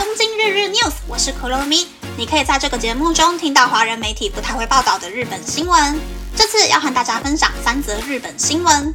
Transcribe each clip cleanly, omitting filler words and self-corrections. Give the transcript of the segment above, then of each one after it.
今日日 news， 我是可乐咪。你可以在这个节目中听到华人媒体不太会报道的日本新闻。这次要和大家分享3则日本新闻。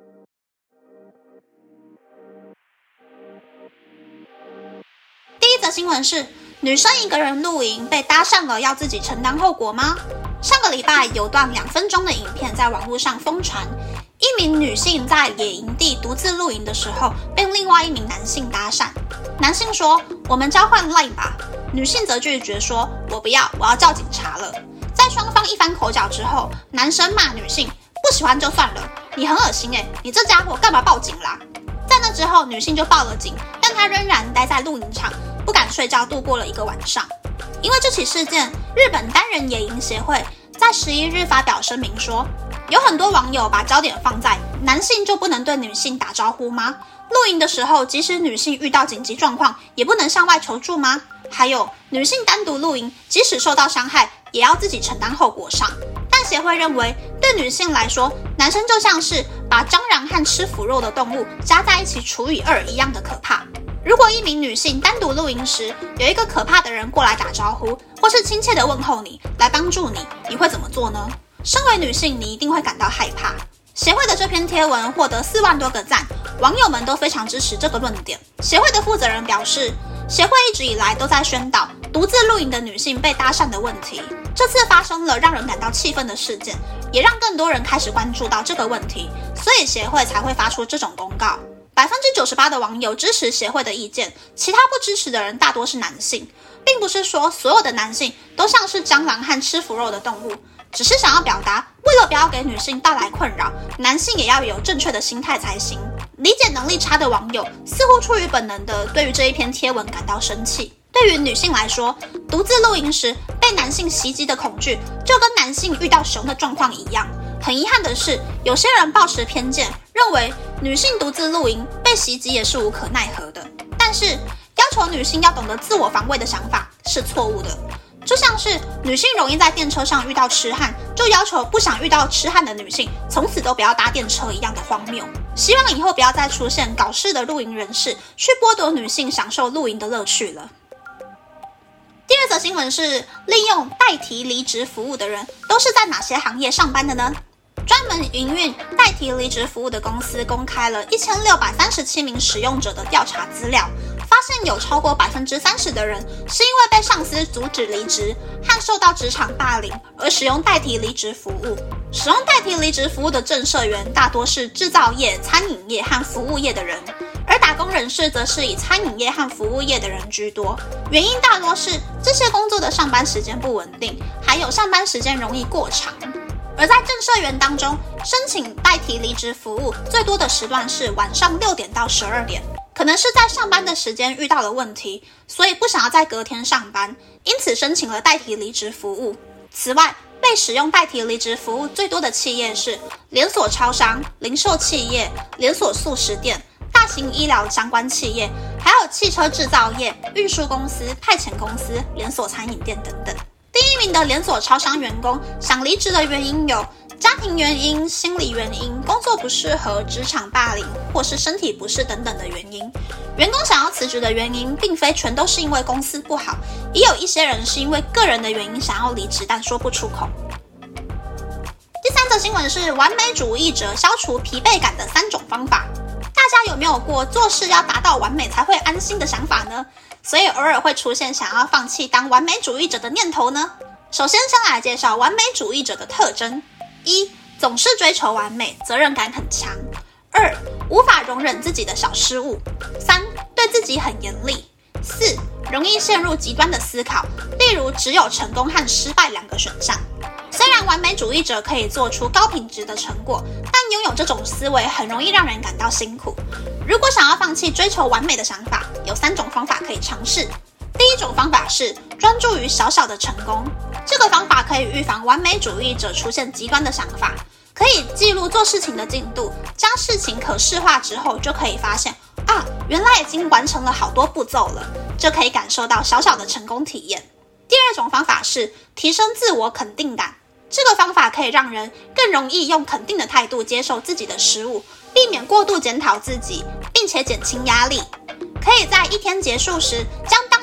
第一则新闻是，女生一个人露营被搭讪了，要自己承担后果吗？上个礼拜有段2分钟的影片在网络上疯传，一名女性在野营地独自露营的时候，被另外一名男性搭讪。男性说：“我们交换 LINE 吧。”女性则拒绝说：“我不要，我要叫警察了。”在双方一番口角之后，男生骂女性：“不喜欢就算了，你很恶心你这家伙干嘛报警啦？”在那之后，女性就报了警，但她仍然待在露营场，不敢睡觉，度过了1个晚上。因为这起事件，日本单人野营协会在11日发表声明说，有很多网友把焦点放在男性就不能对女性打招呼吗？露营的时候，即使女性遇到紧急状况，也不能向外求助吗？还有，女性单独露营，即使受到伤害，也要自己承担后果上。但协会认为，对女性来说，男生就像是把蟑螂和吃腐肉的动物加在一起除以2一样的可怕。如果一名女性单独露营时，有一个可怕的人过来打招呼，或是亲切地问候你，来帮助你，你会怎么做呢？身为女性，你一定会感到害怕。协会的这篇贴文获得4万多个赞，网友们都非常支持这个论点。协会的负责人表示，协会一直以来都在宣导独自露营的女性被搭讪的问题，这次发生了让人感到气愤的事件，也让更多人开始关注到这个问题，所以协会才会发出这种公告。98%的网友支持协会的意见，其他不支持的人大多是男性，并不是说所有的男性都像是蟑螂和吃腐肉的动物，只是想要表达，为了不要给女性带来困扰，男性也要有正确的心态才行。理解能力差的网友似乎出于本能的对于这一篇贴文感到生气。对于女性来说，独自露营时被男性袭击的恐惧，就跟男性遇到熊的状况一样。很遗憾的是，有些人抱持偏见，认为女性独自露营被袭击也是无可奈何的。但是，要求女性要懂得自我防卫的想法是错误的。就像是女性容易在电车上遇到痴汉，就要求不想遇到痴汉的女性从此都不要搭电车一样的荒谬。希望以后不要再出现搞事的露营人士，去剥夺女性享受露营的乐趣了。第2则新闻是，利用代提离职服务的人都是在哪些行业上班的呢？专门营运代提离职服务的公司公开了1637名使用者的调查资料，发现有超过30%的人是因为被上司阻止离职和受到职场霸凌而使用代提离职服务。使用代提离职服务的正社员大多是制造业、餐饮业和服务业的人，而打工人士则是以餐饮业和服务业的人居多。原因大多是这些工作的上班时间不稳定，还有上班时间容易过长。而在正社员当中，申请代提离职服务最多的时段是晚上6点到12点，可能是在上班的时间遇到了问题，所以不想要在隔天上班，因此申请了代提离职服务。此外，被使用代提离职服务最多的企业是连锁超商、零售企业、连锁速食店、大型医疗相关企业，还有汽车制造业、运输公司、派遣公司、连锁餐饮店等等。第1名的连锁超商员工想离职的原因有家庭原因、心理原因、工作不适合、职场霸凌或是身体不适等等的原因。员工想要辞职的原因并非全都是因为公司不好，也有一些人是因为个人的原因想要离职但说不出口。第3则新闻是完美主义者消除疲惫感的3种方法。大家有没有过做事要达到完美才会安心的想法呢？所以偶尔会出现想要放弃当完美主义者的念头呢？首先来介绍完美主义者的特征。1. 总是追求完美，责任感很强。2. 无法容忍自己的小失误。3. 对自己很严厉。4. 容易陷入极端的思考，例如只有成功和失败2个选项。虽然完美主义者可以做出高品质的成果，但拥有这种思维很容易让人感到辛苦。如果想要放弃追求完美的想法，有3种方法可以尝试。第1种方法是专注于小小的成功，这个方法可以预防完美主义者出现极端的想法。可以记录做事情的进度，将事情可视化之后，就可以发现原来已经完成了好多步骤了，就可以感受到小小的成功体验。第2种方法是提升自我肯定感，这个方法可以让人更容易用肯定的态度接受自己的失误，避免过度检讨自己，并且减轻压力。可以在一天结束时，将当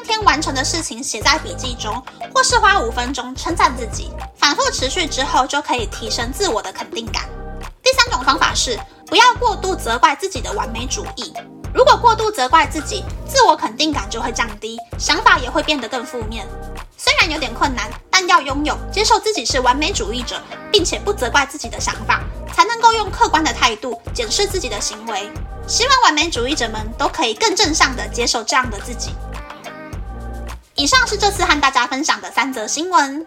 当天完成的事情写在笔记中，或是花5分钟称赞自己，反复持续之后就可以提升自我的肯定感。第3种方法是不要过度责怪自己的完美主义。如果过度责怪自己，自我肯定感就会降低，想法也会变得更负面。虽然有点困难，但要拥有接受自己是完美主义者，并且不责怪自己的想法，才能够用客观的态度检视自己的行为。希望完美主义者们都可以更正向的接受这样的自己。以上是这次和大家分享的3则新闻。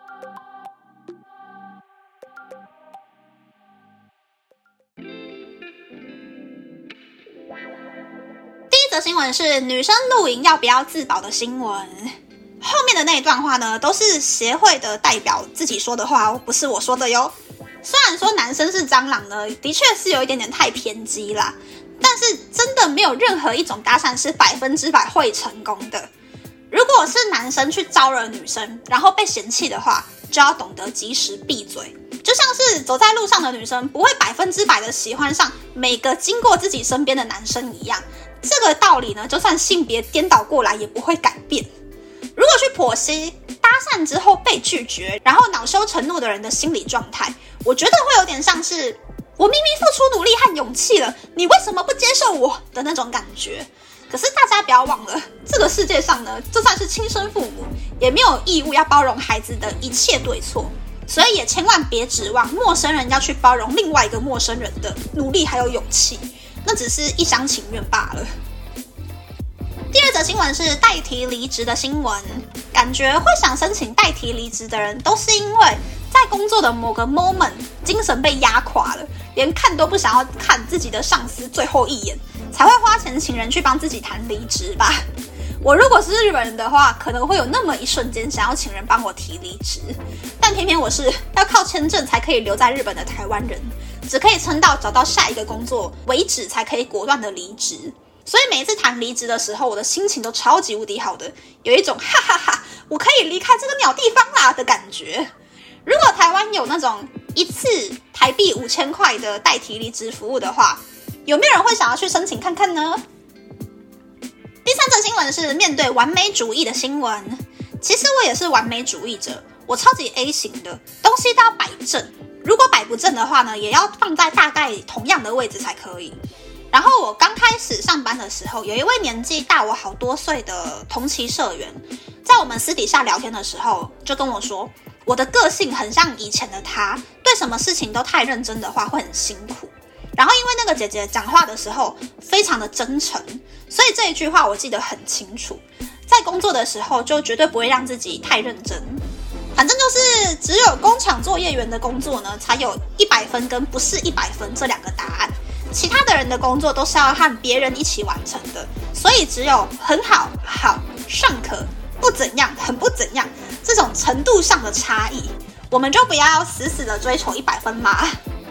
第1则新闻是女生露营要不要自保的新闻。后面的那一段话呢，都是协会的代表自己说的话哦，不是我说的哟。虽然说男生是蟑螂呢，的确是有一点点太偏激啦，但是真的没有任何一种搭讪是100%会成功的。如果是男生去招惹女生，然后被嫌弃的话，就要懂得及时闭嘴。就像是走在路上的女生不会100%的喜欢上每个经过自己身边的男生一样，这个道理呢，就算性别颠倒过来也不会改变。如果去剖析搭讪之后被拒绝，然后恼羞成怒的人的心理状态，我觉得会有点像是我明明付出努力和勇气了，你为什么不接受我的那种感觉。可是大家不要忘了，这个世界上呢，就算是亲生父母，也没有义务要包容孩子的一切对错，所以也千万别指望陌生人要去包容另外一个陌生人的努力还有勇气，那只是一厢情愿罢了。第2则新闻是代提离职的新闻。感觉会想申请代提离职的人，都是因为在工作的某个 moment 精神被压垮了，连看都不想要看自己的上司最后一眼，才会花钱请人去帮自己谈离职吧。我如果是日本人的话，可能会有那么一瞬间想要请人帮我提离职，但偏偏我是要靠签证才可以留在日本的台湾人，只可以撑到找到下一个工作为止才可以果断的离职。所以每一次谈离职的时候，我的心情都超级无敌好的，有一种哈哈哈，我可以离开这个鸟地方啦的感觉。如果台湾有那种一次台币5000块的代提离职服务的话，有没有人会想要去申请看看呢？第3则新闻是面对完美主义的新闻。其实我也是完美主义者，我超级 A 型的，东西都要摆正，如果摆不正的话呢，也要放在大概同样的位置才可以。然后我刚开始上班的时候，有一位年纪大我好多岁的同期社员，在我们私底下聊天的时候就跟我说，我的个性很像以前的他，对什么事情都太认真的话会很辛苦。然后因为那个姐姐讲话的时候非常的真诚，所以这一句话我记得很清楚，在工作的时候就绝对不会让自己太认真。反正就是只有工厂作业员的工作呢，才有100分跟不是100分这2个答案，其他的人的工作都是要和别人一起完成的，所以只有很好、好、尚可、不怎样、很不怎样这种程度上的差异，我们就不要死死的追求100分嘛。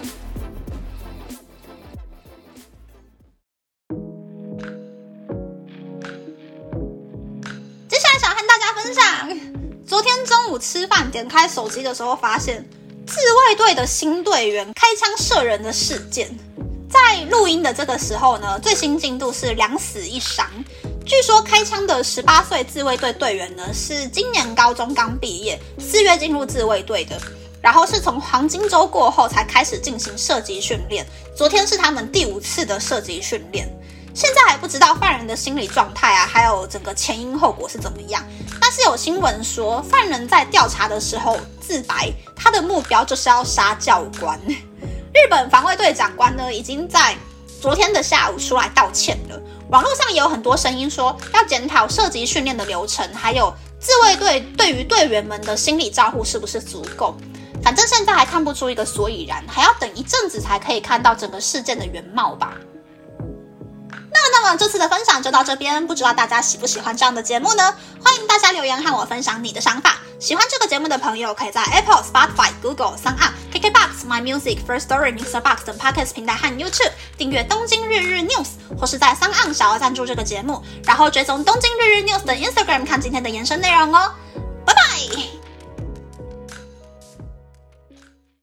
接下来想和大家分享，昨天中午吃饭点开手机的时候，发现自卫队的新队员开枪射人的事件。在录音的这个时候呢，最新进度是2死1伤。据说开枪的18岁自卫队队员呢，是今年高中刚毕业，4月进入自卫队的，然后是从黄金周过后才开始进行射击训练。昨天是他们第5次的射击训练。现在还不知道犯人的心理状态啊，还有整个前因后果是怎么样。但是有新闻说，犯人在调查的时候自白，他的目标就是要杀教官。日本防卫队长官呢，已经在昨天的下午出来道歉了。网络上也有很多声音说，要检讨射击训练的流程，还有自卫队对于队员们的心理照护是不是足够。反正现在还看不出一个所以然，还要等一阵子才可以看到整个事件的原貌吧。那么这次的分享就到这边，不知道大家喜不喜欢这样的节目呢？欢迎大家留言和我分享你的想法。喜欢这个节目的朋友，可以在 Apple、Spotify、Google、SoundOn、KKBox、My Music、Firstory、Mixerbox 等 Podcast 平台和 YouTube 订阅东京日日 News， 或是在SoundOn小额赞助这个节目，然后追踪东京日日 News 的 Instagram 看今天的延伸内容哦。拜拜。